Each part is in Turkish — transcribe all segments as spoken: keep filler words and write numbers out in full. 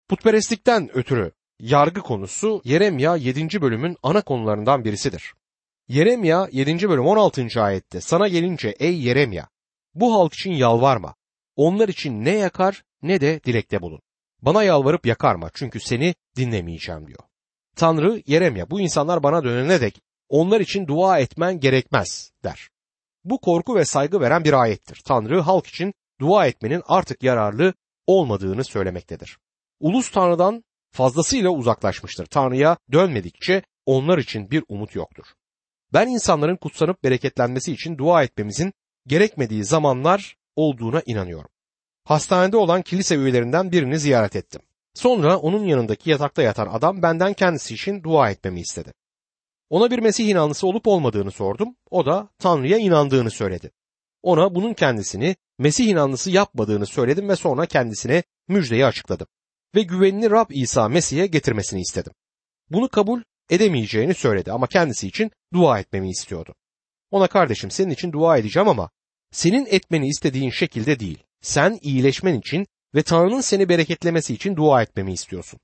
Putperestlikten ötürü yargı konusu Yeremya yedinci bölümün ana konularından birisidir. Yeremya yedinci bölüm on altıncı ayette sana gelince ey Yeremya bu halk için yalvarma. Onlar için ne yakar ne de dilekte bulun. Bana yalvarıp yakarma çünkü seni dinlemeyeceğim diyor. Tanrı Yeremya bu insanlar bana dönene dek onlar için dua etmen gerekmez der. Bu korku ve saygı veren bir ayettir. Tanrı halk için dua etmenin artık yararlı olmadığını söylemektedir. Ulus Tanrı'dan fazlasıyla uzaklaşmıştır. Tanrı'ya dönmedikçe onlar için bir umut yoktur. Ben insanların kutsanıp bereketlenmesi için dua etmemizin gerekmediği zamanlar olduğuna inanıyorum. Hastanede olan kilise üyelerinden birini ziyaret ettim. Sonra onun yanındaki yatakta yatan adam benden kendisi için dua etmemi istedi. Ona bir Mesih inanlısı olup olmadığını sordum. O da Tanrı'ya inandığını söyledi. Ona bunun kendisini Mesih inanlısı yapmadığını söyledim ve sonra kendisine müjdeyi açıkladım. Ve güvenini Rab İsa Mesih'e getirmesini istedim. Bunu kabul edemeyeceğini söyledi ama kendisi için dua etmemi istiyordu. Ona kardeşim senin için dua edeceğim ama senin etmeni istediğin şekilde değil. Sen iyileşmen için ve Tanrı'nın seni bereketlemesi için dua etmemi istiyorsun.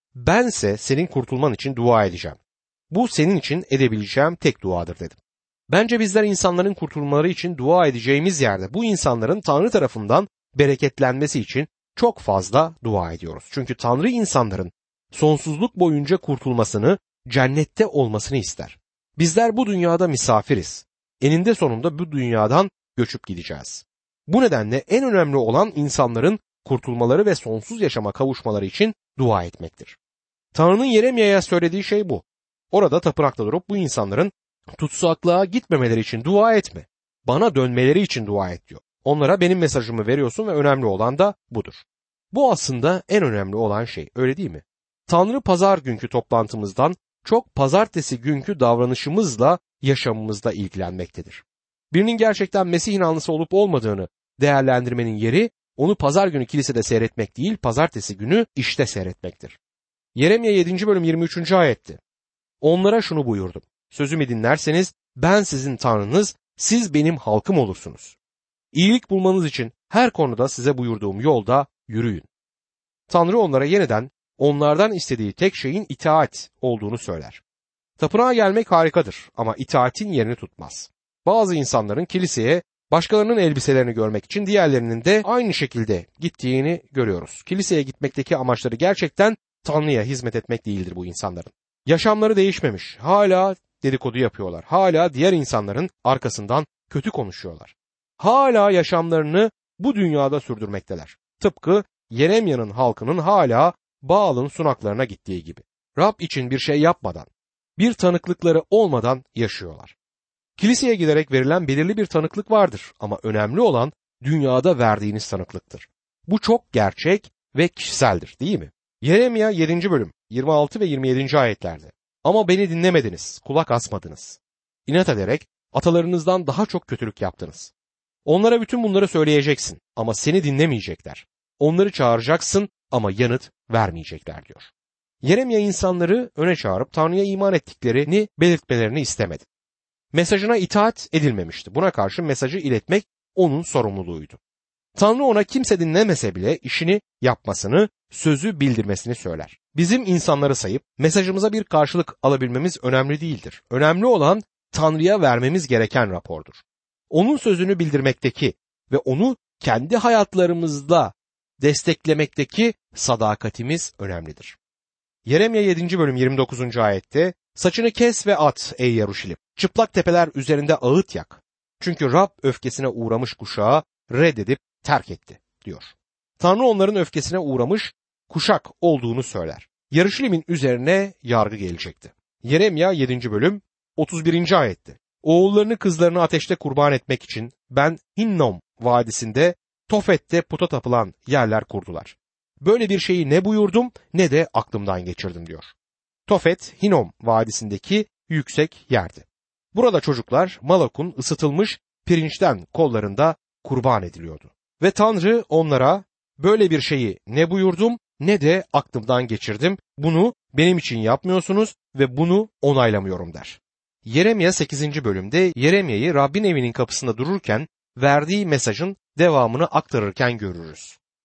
Bense senin kurtulman için dua edeceğim. Bu senin için edebileceğim tek duadır dedim. Bence bizler insanların kurtulmaları için dua edeceğimiz yerde bu insanların Tanrı tarafından bereketlenmesi için çok fazla dua ediyoruz. Çünkü Tanrı insanların sonsuzluk boyunca kurtulmasını, cennette olmasını ister. Bizler bu dünyada misafiriz. Eninde sonunda bu dünyadan göçüp gideceğiz. Bu nedenle en önemli olan insanların kurtulmaları ve sonsuz yaşama kavuşmaları için dua etmektir. Tanrı'nın Yeremya'ya söylediği şey bu. Orada tapınakta durup bu insanların tutsaklığa gitmemeleri için dua etme. Bana dönmeleri için dua et diyor. Onlara benim mesajımı veriyorsun ve önemli olan da budur. Bu aslında en önemli olan şey, öyle değil mi? Tanrı pazar günkü toplantımızdan çok pazartesi günkü davranışımızla, yaşamımızda ilgilenmektedir. Birinin gerçekten Mesih inanlısı olup olmadığını değerlendirmenin yeri onu pazar günü kilisede seyretmek değil, pazartesi günü işte seyretmektir. Yeremya yedinci bölüm yirmi üçüncü ayetti. Onlara şunu buyurdum. Sözümü dinlerseniz ben sizin Tanrınız, siz benim halkım olursunuz. İyilik bulmanız için her konuda size buyurduğum yolda yürüyün. Tanrı onlara yeniden onlardan istediği tek şeyin itaat olduğunu söyler. Tapınağa gelmek harikadır ama itaatin yerini tutmaz. Bazı insanların kiliseye başkalarının elbiselerini görmek için diğerlerinin de aynı şekilde gittiğini görüyoruz. Kiliseye gitmekteki amaçları gerçekten Tanrı'ya hizmet etmek değildir bu insanların. Yaşamları değişmemiş, hala dedikodu yapıyorlar, hala diğer insanların arkasından kötü konuşuyorlar. Hala yaşamlarını bu dünyada sürdürmekteler. Tıpkı Yeremya'nın halkının hala Baal'ın sunaklarına gittiği gibi. Rab için bir şey yapmadan, bir tanıklıkları olmadan yaşıyorlar. Kiliseye giderek verilen belirli bir tanıklık vardır ama önemli olan dünyada verdiğiniz tanıklıktır. Bu çok gerçek ve kişiseldir, değil mi? Yeremya yedinci bölüm yirmi altı ve yirmi yedinci ayetlerde. Ama beni dinlemediniz, kulak asmadınız. İnat ederek atalarınızdan daha çok kötülük yaptınız. Onlara bütün bunları söyleyeceksin ama seni dinlemeyecekler. Onları çağıracaksın ama yanıt vermeyecekler diyor. Yeremya insanları öne çağırıp Tanrı'ya iman ettiklerini belirtmelerini istemedi. Mesajına itaat edilmemişti. Buna karşı mesajı iletmek onun sorumluluğuydu. Tanrı ona kimse dinlemese bile işini yapmasını, sözü bildirmesini söyler. Bizim insanları sayıp mesajımıza bir karşılık alabilmemiz önemli değildir. Önemli olan Tanrı'ya vermemiz gereken rapordur. Onun sözünü bildirmekteki ve onu kendi hayatlarımızda desteklemekteki sadakatimiz önemlidir. Yeremya yedinci bölüm yirmi dokuzuncu ayette saçını kes ve at ey Yeruşalim. Çıplak tepeler üzerinde ağıt yak. Çünkü Rab öfkesine uğramış kuşağı reddedip terk etti diyor. Tanrı onların öfkesine uğramış kuşak olduğunu söyler. Yeruşalim'in üzerine yargı gelecekti. Yeremya yedinci bölüm otuz birinci ayetti. Oğullarını kızlarını ateşte kurban etmek için ben Hinnom vadisinde Tofet'te puta tapılan yerler kurdular. Böyle bir şeyi ne buyurdum ne de aklımdan geçirdim diyor. Tofet, Hinnom vadisindeki yüksek yerdi. Burada çocuklar Malak'un ısıtılmış pirinçten kollarında kurban ediliyordu. Ve Tanrı onlara böyle bir şeyi ne buyurdum ne de aklımdan geçirdim. Bunu benim için yapmıyorsunuz ve bunu onaylamıyorum der. Yeremya sekizinci bölümde Yeremya'yı Rabbin evinin kapısında dururken verdiği mesajın devamını aktarırken görürüz.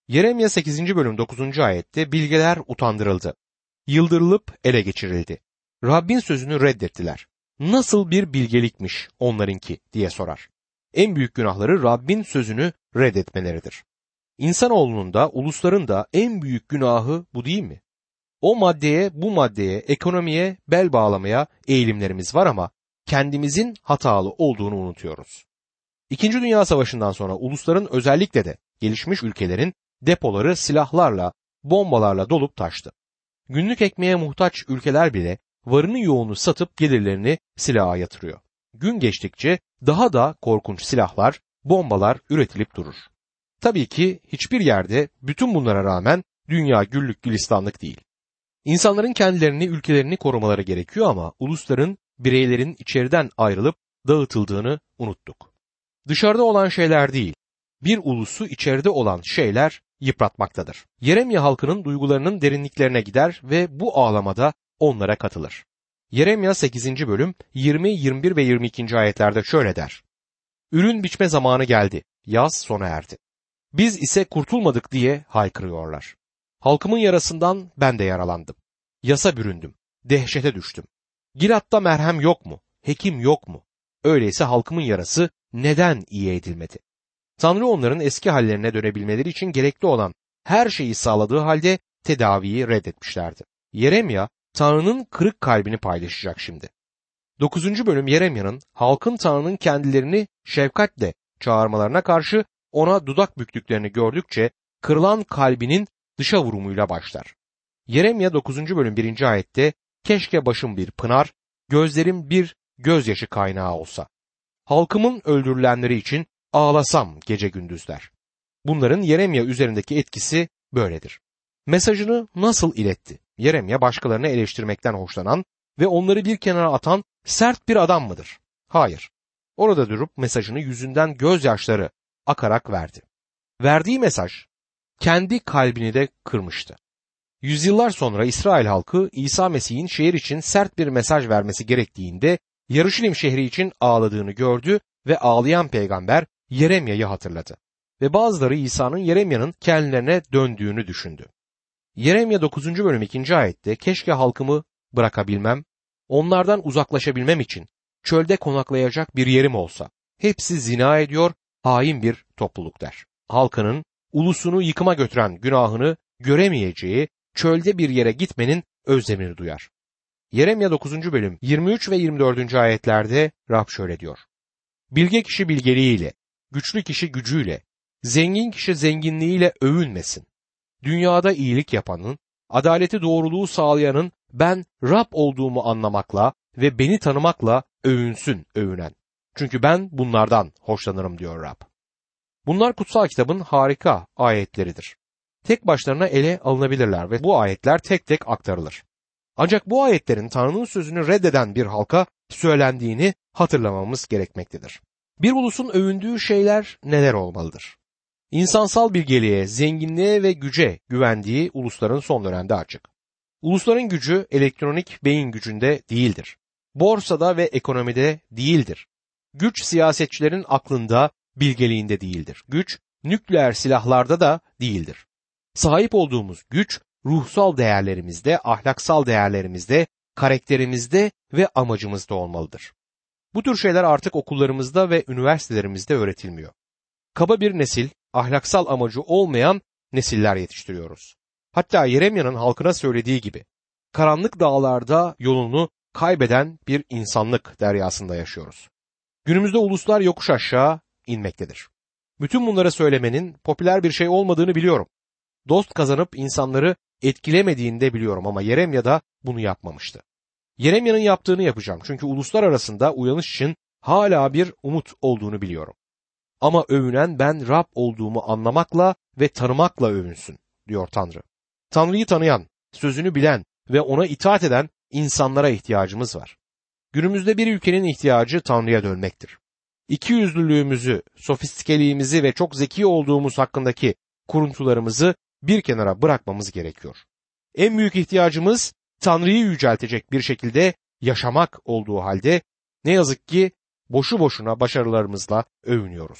Yeremya sekizinci bölüm dokuzuncu ayette bilgeler utandırıldı. Yıldırılıp ele geçirildi. Rabbin sözünü reddettiler. Nasıl bir bilgelikmiş onlarınki diye sorar. En büyük günahları Rabbin sözünü reddetmeleridir. İnsanoğlunun da ulusların da en büyük günahı bu değil mi? O maddeye, bu maddeye, ekonomiye bel bağlamaya eğilimlerimiz var ama kendimizin hatalı olduğunu unutuyoruz. İkinci Dünya Savaşı'ndan sonra ulusların, özellikle de gelişmiş ülkelerin depoları silahlarla, bombalarla dolup taştı. Günlük ekmeğe muhtaç ülkeler bile varını yoğunu satıp gelirlerini silaha yatırıyor. Gün geçtikçe daha da korkunç silahlar, bombalar üretilip durur. Tabii ki hiçbir yerde bütün bunlara rağmen dünya güllük gülistanlık değil. İnsanların kendilerini, ülkelerini korumaları gerekiyor ama ulusların, bireylerin içeriden ayrılıp dağıtıldığını unuttuk. Dışarıda olan şeyler değil, bir ulusu içeride olan şeyler yıpratmaktadır. Yeremya halkının duygularının derinliklerine gider ve bu ağlamada onlara katılır. Yeremya sekizinci bölüm yirmi, yirmi bir ve yirmi ikinci ayetlerde şöyle der. Ürün biçme zamanı geldi, yaz sona erdi. Biz ise kurtulmadık diye haykırıyorlar. Halkımın yarasından ben de yaralandım. Yasa büründüm, dehşete düştüm. Gilat'ta merhem yok mu? Hekim yok mu? Öyleyse halkımın yarası neden iyi edilmedi? Tanrı onların eski hallerine dönebilmeleri için gerekli olan her şeyi sağladığı halde tedaviyi reddetmişlerdi. Yeremya, Tanrı'nın kırık kalbini paylaşacak şimdi. dokuzuncu bölüm Yeremya'nın halkın Tanrı'nın kendilerini şefkatle çağırmalarına karşı ona dudak büktüklerini gördükçe kırılan kalbinin dışa vurumuyla başlar. Yeremya dokuzuncu bölüm birinci ayette keşke başım bir pınar, gözlerim bir gözyaşı kaynağı olsa. Halkımın öldürülenleri için ağlasam gece gündüzler. Bunların Yeremya üzerindeki etkisi böyledir. Mesajını nasıl iletti? Yeremya başkalarını eleştirmekten hoşlanan ve onları bir kenara atan sert bir adam mıdır? Hayır. Orada durup mesajını yüzünden gözyaşları akarak verdi. Verdiği mesaj kendi kalbini de kırmıştı. Yüzyıllar sonra İsrail halkı İsa Mesih'in şehir için sert bir mesaj vermesi gerektiğinde Yarışilim şehri için ağladığını gördü ve ağlayan peygamber Yeremya'yı hatırladı. Ve bazıları İsa'nın Yeremya'nın kendilerine döndüğünü düşündü. Yeremya dokuzuncu bölüm ikinci ayette keşke halkımı bırakabilmem, onlardan uzaklaşabilmem için çölde konaklayacak bir yerim olsa. Hepsi zina ediyor, hain bir topluluk der. Halkının ulusunu yıkıma götüren günahını göremeyeceği çölde bir yere gitmenin özlemini duyar. Yeremya dokuzuncu bölüm yirmi üç ve yirmi dördüncü ayetlerde Rab şöyle diyor. Bilge kişi bilgeliğiyle, güçlü kişi gücüyle, zengin kişi zenginliğiyle övünmesin. Dünyada iyilik yapanın, adaleti doğruluğu sağlayanın ben Rab olduğumu anlamakla ve beni tanımakla övünsün övünen. Çünkü ben bunlardan hoşlanırım diyor Rab. Bunlar kutsal kitabın harika ayetleridir. Tek başlarına ele alınabilirler ve bu ayetler tek tek aktarılır. Ancak bu ayetlerin Tanrı'nın sözünü reddeden bir halka söylendiğini hatırlamamız gerekmektedir. Bir ulusun övündüğü şeyler neler olmalıdır? İnsansal bilgeliğe, zenginliğe ve güce güvendiği ulusların son dönemde açık. Ulusların gücü elektronik beyin gücünde değildir. Borsada ve ekonomide değildir. Güç siyasetçilerin aklında, bilgeliğinde değildir. Güç nükleer silahlarda da değildir. Sahip olduğumuz güç ruhsal değerlerimizde, ahlaksal değerlerimizde, karakterimizde ve amacımızda olmalıdır. Bu tür şeyler artık okullarımızda ve üniversitelerimizde öğretilmiyor. Kaba bir nesil, ahlaksal amacı olmayan nesiller yetiştiriyoruz. Hatta Yeremya'nın halkına söylediği gibi, karanlık dağlarda yolunu kaybeden bir insanlık deryasında yaşıyoruz. Günümüzde uluslar yokuş aşağı inmektedir. Bütün bunları söylemenin popüler bir şey olmadığını biliyorum. Dost kazanıp insanları etkilemediğini de biliyorum ama Yeremya da bunu yapmamıştı. Yeremya'nın yaptığını yapacağım çünkü uluslar arasında uyanış için hala bir umut olduğunu biliyorum. Ama övünen ben Rab olduğumu anlamakla ve tanımakla övünsün diyor Tanrı. Tanrı'yı tanıyan, sözünü bilen ve ona itaat eden insanlara ihtiyacımız var. Günümüzde bir ülkenin ihtiyacı Tanrı'ya dönmektir. İkiyüzlülüğümüzü, sofistikeliğimizi ve çok zeki olduğumuz hakkındaki kuruntularımızı bir kenara bırakmamız gerekiyor. En büyük ihtiyacımız Tanrı'yı yüceltecek bir şekilde yaşamak olduğu halde ne yazık ki boşu boşuna başarılarımızla övünüyoruz.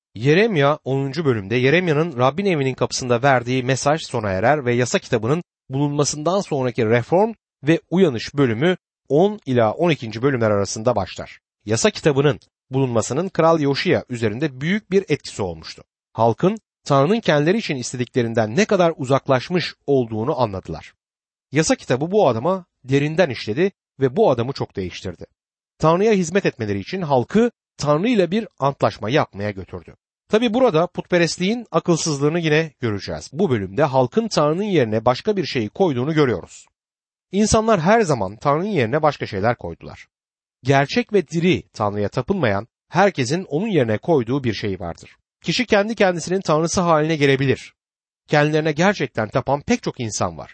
Yeremya onuncu bölümde Yeremya'nın Rabbin evinin kapısında verdiği mesaj sona erer ve yasa kitabının bulunmasından sonraki reform ve uyanış bölümü on ila on ikinci bölümler arasında başlar. Yasa kitabının bulunmasının Kral Yoşiya üzerinde büyük bir etkisi olmuştu. Halkın Tanrı'nın kendileri için istediklerinden ne kadar uzaklaşmış olduğunu anladılar. Yasa kitabı bu adama derinden işledi ve bu adamı çok değiştirdi. Tanrı'ya hizmet etmeleri için halkı Tanrı ile bir antlaşma yapmaya götürdü. Tabi burada putperestliğin akılsızlığını yine göreceğiz. Bu bölümde halkın Tanrı'nın yerine başka bir şeyi koyduğunu görüyoruz. İnsanlar her zaman Tanrı'nın yerine başka şeyler koydular. Gerçek ve diri Tanrı'ya tapınmayan herkesin onun yerine koyduğu bir şey vardır. Kişi kendi kendisinin tanrısı haline gelebilir. Kendilerine gerçekten tapan pek çok insan var.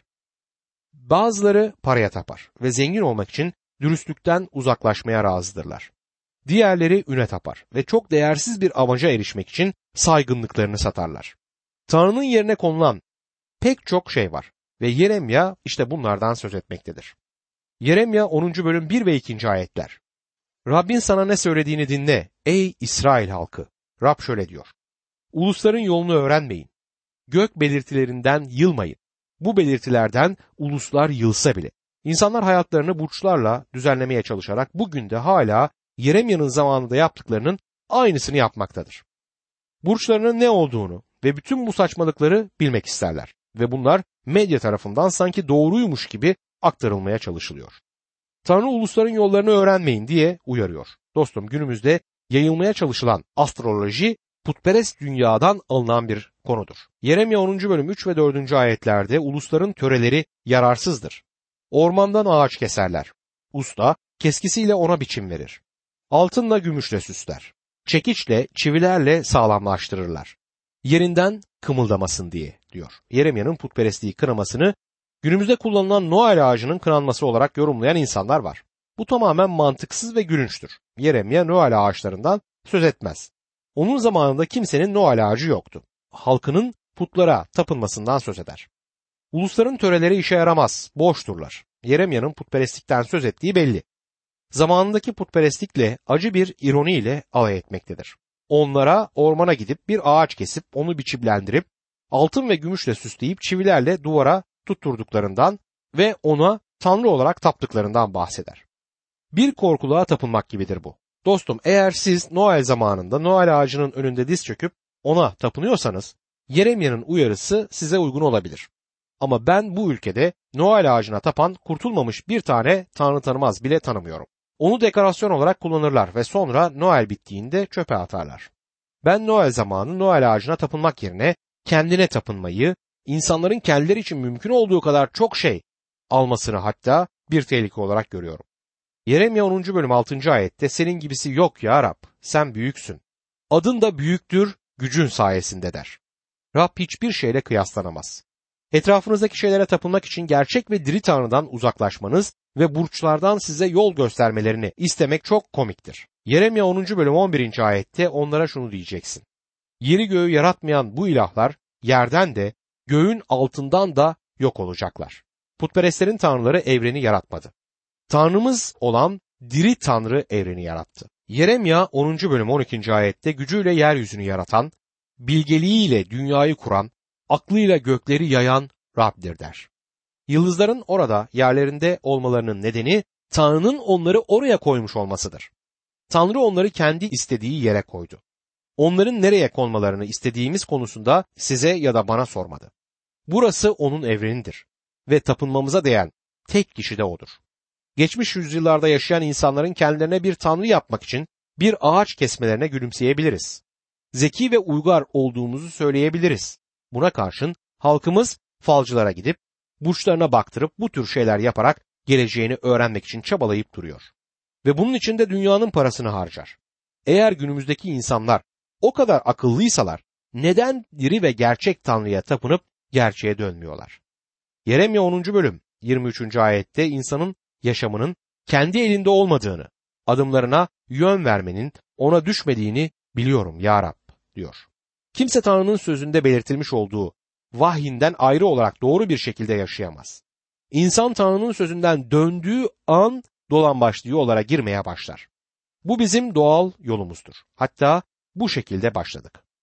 Bazıları paraya tapar ve zengin olmak için dürüstlükten uzaklaşmaya razıdırlar. Diğerleri üne tapar ve çok değersiz bir amaca erişmek için saygınlıklarını satarlar. Tanrı'nın yerine konulan pek çok şey var ve Yeremya işte bunlardan söz etmektedir. Yeremya onuncu bölüm bir ve ikinci ayetler. Rabbin sana ne söylediğini dinle ey İsrail halkı. Rab şöyle diyor. Ulusların yolunu öğrenmeyin. Gök belirtilerinden yılmayın. Bu belirtilerden uluslar yılsa bile. İnsanlar hayatlarını burçlarla düzenlemeye çalışarak bugün de hala Yeremya'nın zamanında yaptıklarının aynısını yapmaktadır. Burçlarının ne olduğunu ve bütün bu saçmalıkları bilmek isterler ve bunlar medya tarafından sanki doğruymuş gibi aktarılmaya çalışılıyor. Tanrı ulusların yollarını öğrenmeyin diye uyarıyor. Dostum, günümüzde yayılmaya çalışılan astroloji putperest dünyadan alınan bir konudur. Yeremya onuncu bölüm üç ve dördüncü ayetlerde ulusların töreleri yararsızdır. Ormandan ağaç keserler. Usta keskisiyle ona biçim verir. Altınla gümüşle süsler. Çekiçle, çivilerle sağlamlaştırırlar. Yerinden kımıldamasın diye diyor. Yeremya'nın putperestliği kınamasını günümüzde kullanılan Noel ağacının kınanması olarak yorumlayan insanlar var. Bu tamamen mantıksız ve gülünçtür. Yeremya Noel ağaçlarından söz etmez. Onun zamanında kimsenin Noel ağacı yoktu. Halkının putlara tapınmasından söz eder. Ulusların töreleri işe yaramaz, boşturlar. Yeremya'nın putperestlikten söz ettiği belli. Zamanındaki putperestlikle acı bir ironiyle alay etmektedir. Onlara ormana gidip bir ağaç kesip onu biçimlendirip altın ve gümüşle süsleyip çivilerle duvara tutturduklarından ve ona tanrı olarak taptıklarından bahseder. Bir korkuluğa tapınmak gibidir bu. Dostum, eğer siz Noel zamanında Noel ağacının önünde diz çöküp ona tapınıyorsanız Yeremya'nın uyarısı size uygun olabilir. Ama ben bu ülkede Noel ağacına tapan kurtulmamış bir tane tanrı tanımaz bile tanımıyorum. Onu dekorasyon olarak kullanırlar ve sonra Noel bittiğinde çöpe atarlar. Ben Noel zamanı Noel ağacına tapınmak yerine kendine tapınmayı, insanların kendileri için mümkün olduğu kadar çok şey almasını hatta bir tehlike olarak görüyorum. Yeremya onuncu bölüm altıncı ayette senin gibisi yok ya Rab, sen büyüksün. Adın da büyüktür, gücün sayesinde der. Rab hiçbir şeyle kıyaslanamaz. Etrafınızdaki şeylere tapınmak için gerçek ve diri Tanrı'dan uzaklaşmanız ve burçlardan size yol göstermelerini istemek çok komiktir. Yeremya onuncu bölüm on birinci ayette onlara şunu diyeceksin. Yeri göğü yaratmayan bu ilahlar yerden de göğün altından da yok olacaklar. Putperestlerin tanrıları evreni yaratmadı. Tanrımız olan diri Tanrı evreni yarattı. Yeremya onuncu bölüm on ikinci ayette gücüyle yeryüzünü yaratan, bilgeliğiyle dünyayı kuran, aklıyla gökleri yayan Rab'dir der. Yıldızların orada yerlerinde olmalarının nedeni Tanrı'nın onları oraya koymuş olmasıdır. Tanrı onları kendi istediği yere koydu. Onların nereye konmalarını istediğimiz konusunda size ya da bana sormadı. Burası onun evrenidir ve tapınmamıza değen tek kişi de odur. Geçmiş yüzyıllarda yaşayan insanların kendilerine bir tanrı yapmak için bir ağaç kesmelerine gülümseyebiliriz. Zeki ve uygar olduğumuzu söyleyebiliriz. Buna karşın halkımız falcılara gidip burçlarına baktırıp bu tür şeyler yaparak geleceğini öğrenmek için çabalayıp duruyor. Ve bunun için de dünyanın parasını harcar. Eğer günümüzdeki insanlar o kadar akıllıysalar neden diri ve gerçek Tanrı'ya tapınıp gerçeğe dönmüyorlar? Yeremya onuncu bölüm yirmi üçüncü ayette insanın yaşamının kendi elinde olmadığını, adımlarına yön vermenin ona düşmediğini biliyorum ya Rab diyor. Kimse Tanrı'nın sözünde belirtilmiş olduğu vahyinden ayrı olarak doğru bir şekilde yaşayamaz. İnsan Tanrı'nın sözünden döndüğü an dolambaçlı yollara girmeye başlar. Bu bizim doğal yolumuzdur. Hatta bu şekilde başladık.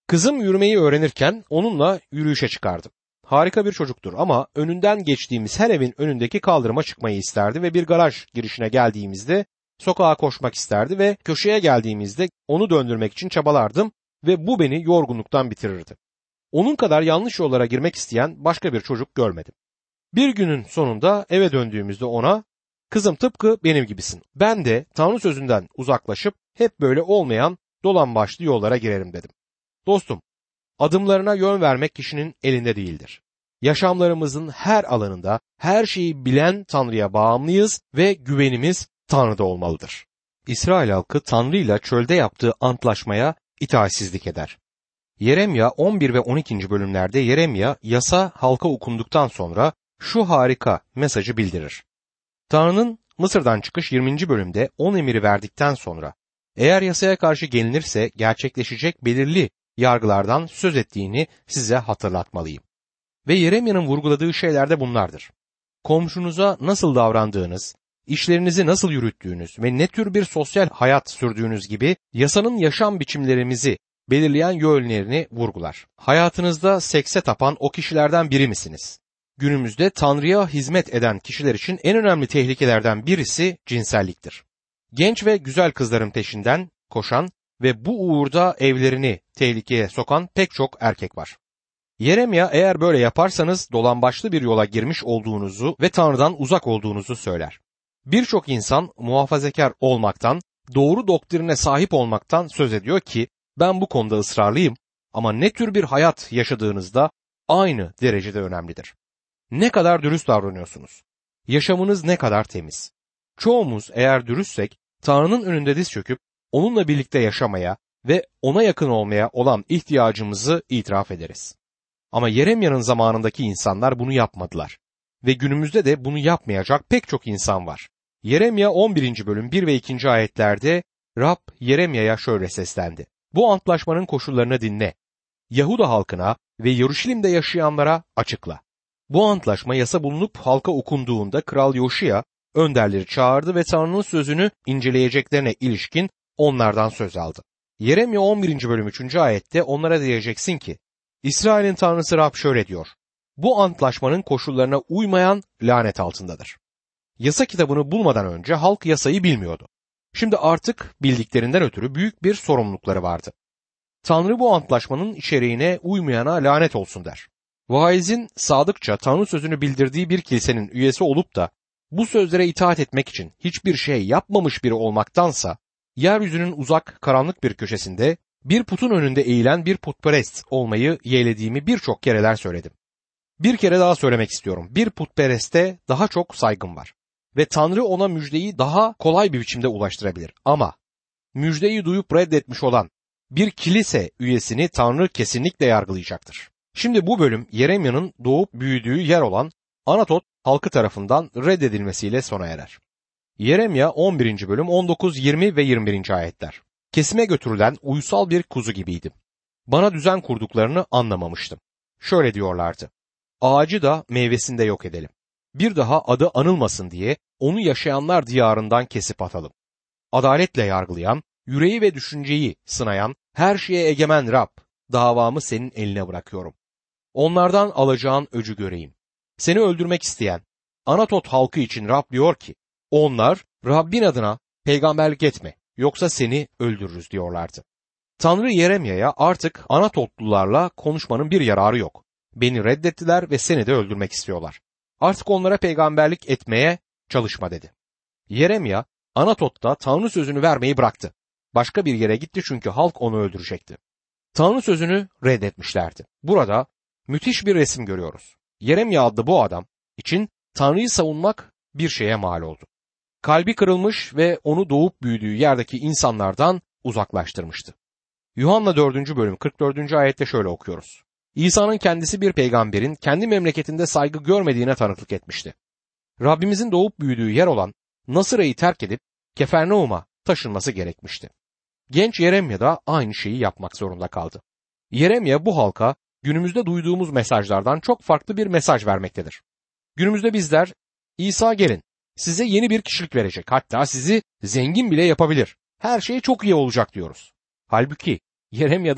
Kızım yürümeyi öğrenirken onunla yürüyüşe çıkardım. Harika bir çocuktur ama önünden geçtiğimiz her evin önündeki kaldırıma çıkmayı isterdi ve bir garaj girişine geldiğimizde sokağa koşmak isterdi ve köşeye geldiğimizde onu döndürmek için çabalardım ve bu beni yorgunluktan bitirirdi. Onun kadar yanlış yollara girmek isteyen başka bir çocuk görmedim. Bir günün sonunda eve döndüğümüzde ona, "Kızım tıpkı benim gibisin. Ben de Tanrı sözünden uzaklaşıp hep böyle olmayan dolambaçlı yollara girerim," dedim. Dostum, adımlarına yön vermek kişinin elinde değildir. Yaşamlarımızın her alanında her şeyi bilen Tanrı'ya bağımlıyız ve güvenimiz Tanrı'da olmalıdır. İsrail halkı Tanrı ile çölde yaptığı antlaşmaya itaatsizlik eder. Yeremya on bir ve on ikinci bölümlerde Yeremya yasa halka okunduktan sonra şu harika mesajı bildirir. Tanrı'nın Mısır'dan çıkış yirminci bölümde on emiri verdikten sonra eğer yasaya karşı gelinirse gerçekleşecek belirli yargılardan söz ettiğini size hatırlatmalıyım. Ve Yeremya'nın vurguladığı şeyler de bunlardır. Komşunuza nasıl davrandığınız, işlerinizi nasıl yürüttüğünüz ve ne tür bir sosyal hayat sürdüğünüz gibi yasanın yaşam biçimlerimizi belirleyen yönlerini vurgular. Hayatınızda sekse tapan o kişilerden biri misiniz? Günümüzde Tanrı'ya hizmet eden kişiler için en önemli tehlikelerden birisi cinselliktir. Genç ve güzel kızların peşinden koşan ve bu uğurda evlerini tehlikeye sokan pek çok erkek var. Yeremya eğer böyle yaparsanız dolambaçlı bir yola girmiş olduğunuzu ve Tanrı'dan uzak olduğunuzu söyler. Birçok insan muhafazakar olmaktan, doğru doktrine sahip olmaktan söz ediyor ki ben bu konuda ısrarlıyım ama ne tür bir hayat yaşadığınızda aynı derecede önemlidir. Ne kadar dürüst davranıyorsunuz? Yaşamınız ne kadar temiz? Çoğumuz eğer dürüstsek Tanrı'nın önünde diz çöküp onunla birlikte yaşamaya ve ona yakın olmaya olan ihtiyacımızı itiraf ederiz. Ama Yeremya'nın zamanındaki insanlar bunu yapmadılar ve günümüzde de bunu yapmayacak pek çok insan var. Yeremya on birinci bölüm bir ve ikinci ayetlerde Rab Yeremya'ya şöyle seslendi. Bu antlaşmanın koşullarını dinle. Yahuda halkına ve Yeruşalim'de yaşayanlara açıkla. Bu antlaşma yasa bulunup halka okunduğunda Kral Yoşiya önderleri çağırdı ve Tanrı'nın sözünü inceleyeceklerine ilişkin onlardan söz aldı. Yeremya on birinci bölüm üçüncü ayette onlara diyeceksin ki, İsrail'in Tanrısı Rab şöyle diyor, bu antlaşmanın koşullarına uymayan lanet altındadır. Yasa kitabını bulmadan önce halk yasayı bilmiyordu. Şimdi artık bildiklerinden ötürü büyük bir sorumlulukları vardı. Tanrı bu antlaşmanın içeriğine uymayana lanet olsun der. Vaizin sadıkça Tanrı sözünü bildirdiği bir kilisenin üyesi olup da bu sözlere itaat etmek için hiçbir şey yapmamış biri olmaktansa, yeryüzünün uzak karanlık bir köşesinde bir putun önünde eğilen bir putperest olmayı yeğlediğimi birçok kereler söyledim. Bir kere daha söylemek istiyorum. Bir putpereste daha çok saygım var. Ve Tanrı ona müjdeyi daha kolay bir biçimde ulaştırabilir. Ama müjdeyi duyup reddetmiş olan bir kilise üyesini Tanrı kesinlikle yargılayacaktır. Şimdi bu bölüm Yeremya'nın doğup büyüdüğü yer olan Anatot halkı tarafından reddedilmesiyle sona erer. Yeremya on birinci bölüm on dokuz, yirmi ve yirmi birinci ayetler. Kesime götürülen uysal bir kuzu gibiydim. Bana düzen kurduklarını anlamamıştım. Şöyle diyorlardı. Ağacı da meyvesinde yok edelim. Bir daha adı anılmasın diye onu yaşayanlar diyarından kesip atalım. Adaletle yargılayan, yüreği ve düşünceyi sınayan, her şeye egemen Rab, davamı senin eline bırakıyorum. Onlardan alacağın öcü göreyim. Seni öldürmek isteyen Anatot halkı için Rab diyor ki, onlar Rabbin adına peygamberlik etme, yoksa seni öldürürüz diyorlardı. Tanrı Yeremya'ya artık Anatotlularla konuşmanın bir yararı yok. Beni reddettiler ve seni de öldürmek istiyorlar. Artık onlara peygamberlik etmeye çalışma dedi. Yeremya Anatot'ta Tanrı sözünü vermeyi bıraktı. Başka bir yere gitti çünkü halk onu öldürecekti. Tanrı sözünü reddetmişlerdi. Burada müthiş bir resim görüyoruz. Yeremya adlı bu adam için Tanrı'yı savunmak bir şeye mal oldu. Kalbi kırılmış ve onu doğup büyüdüğü yerdeki insanlardan uzaklaştırmıştı. Yuhanna dördüncü bölüm kırk dördüncü ayette şöyle okuyoruz. İsa'nın kendisi bir peygamberin kendi memleketinde saygı görmediğine tanıklık etmişti. Rabbimizin doğup büyüdüğü yer olan Nasıra'yı terk edip Kefernaum'a taşınması gerekmişti. Genç Yeremya da aynı şeyi yapmak zorunda kaldı. Yeremya bu halka günümüzde duyduğumuz mesajlardan çok farklı bir mesaj vermektedir. Günümüzde bizler İsa gelin, size yeni bir kişilik verecek, hatta sizi zengin bile yapabilir, her şey çok iyi olacak diyoruz. Halbuki Yeremya'dan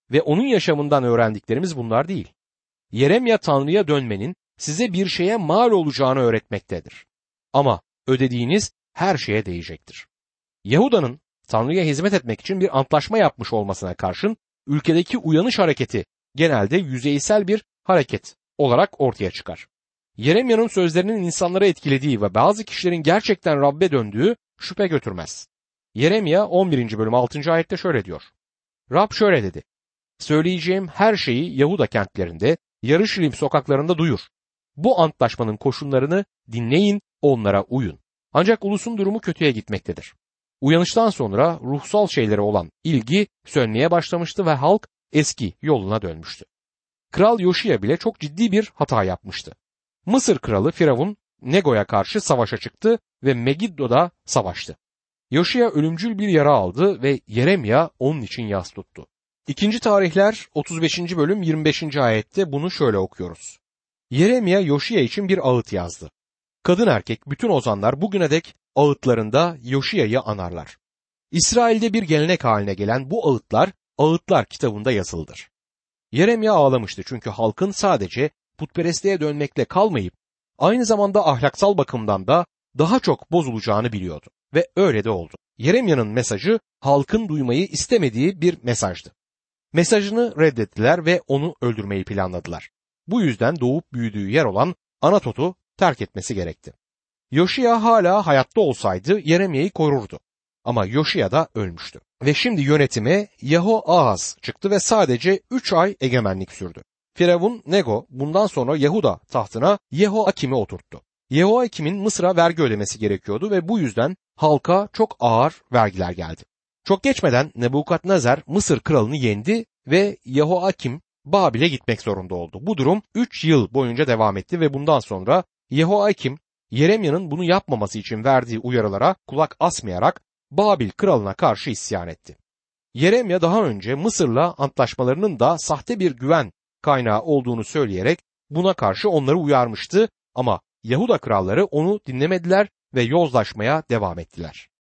Ve onun yaşamından öğrendiklerimiz bunlar değil. Yeremya Tanrı'ya dönmenin size bir şeye mal olacağını öğretmektedir. Ama ödediğiniz her şeye değecektir. Yahuda'nın Tanrı'ya hizmet etmek için bir antlaşma yapmış olmasına karşın ülkedeki uyanış hareketi genelde yüzeysel bir hareket olarak ortaya çıkar. Yeremya'nın sözlerinin insanları etkilediği ve bazı kişilerin gerçekten Rabbe döndüğü şüphe götürmez. Yeremya on birinci bölüm altıncı ayette şöyle diyor. Rab şöyle dedi. Söyleyeceğim her şeyi Yahuda kentlerinde, Yarışilim sokaklarında duyur. Bu antlaşmanın koşullarını dinleyin, onlara uyun. Ancak ulusun durumu kötüye gitmektedir. Uyanıştan sonra ruhsal şeylere olan ilgi sönmeye başlamıştı ve halk eski yoluna dönmüştü. Kral Yoşiya bile çok ciddi bir hata yapmıştı. Mısır kralı Firavun Nego'ya karşı savaşa çıktı ve Megiddo'da savaştı. Yoşiya ölümcül bir yara aldı ve Yeremya onun için yas tuttu. İkinci Tarihler otuz beşinci bölüm yirmi beşinci ayette bunu şöyle okuyoruz. Yeremya Yoşiya için bir ağıt yazdı. Kadın erkek bütün ozanlar bugüne dek ağıtlarında Yoşiya'yı anarlar. İsrail'de bir gelenek haline gelen bu ağıtlar, Ağıtlar kitabında yazılıdır. Yeremya ağlamıştı çünkü halkın sadece putperestliğe dönmekle kalmayıp aynı zamanda ahlaksal bakımdan da daha çok bozulacağını biliyordu. Ve öyle de oldu. Yeremya'nın mesajı halkın duymayı istemediği bir mesajdı. Mesajını reddettiler ve onu öldürmeyi planladılar. Bu yüzden doğup büyüdüğü yer olan Anatot'u terk etmesi gerekti. Yoşiya hala hayatta olsaydı Yeremya'yı korurdu. Ama Yoşiya da ölmüştü. Ve şimdi yönetime Yehoahaz çıktı ve sadece üç ay egemenlik sürdü. Firavun Nego bundan sonra Yahuda tahtına Yehoakim'i oturttu. Yehoakim'in Mısır'a vergi ödemesi gerekiyordu ve bu yüzden halka çok ağır vergiler geldi. Çok geçmeden Nebukadnezar Mısır kralını yendi ve Yehoakim Babil'e gitmek zorunda oldu. Bu durum üç yıl boyunca devam etti ve bundan sonra Yehoakim Yeremya'nın bunu yapmaması için verdiği uyarılara kulak asmayarak Babil kralına karşı isyan etti. Yeremya daha önce Mısır'la antlaşmalarının da sahte bir güven kaynağı olduğunu söyleyerek buna karşı onları uyarmıştı ama Yahuda kralları onu dinlemediler ve yozlaşmaya devam ettiler.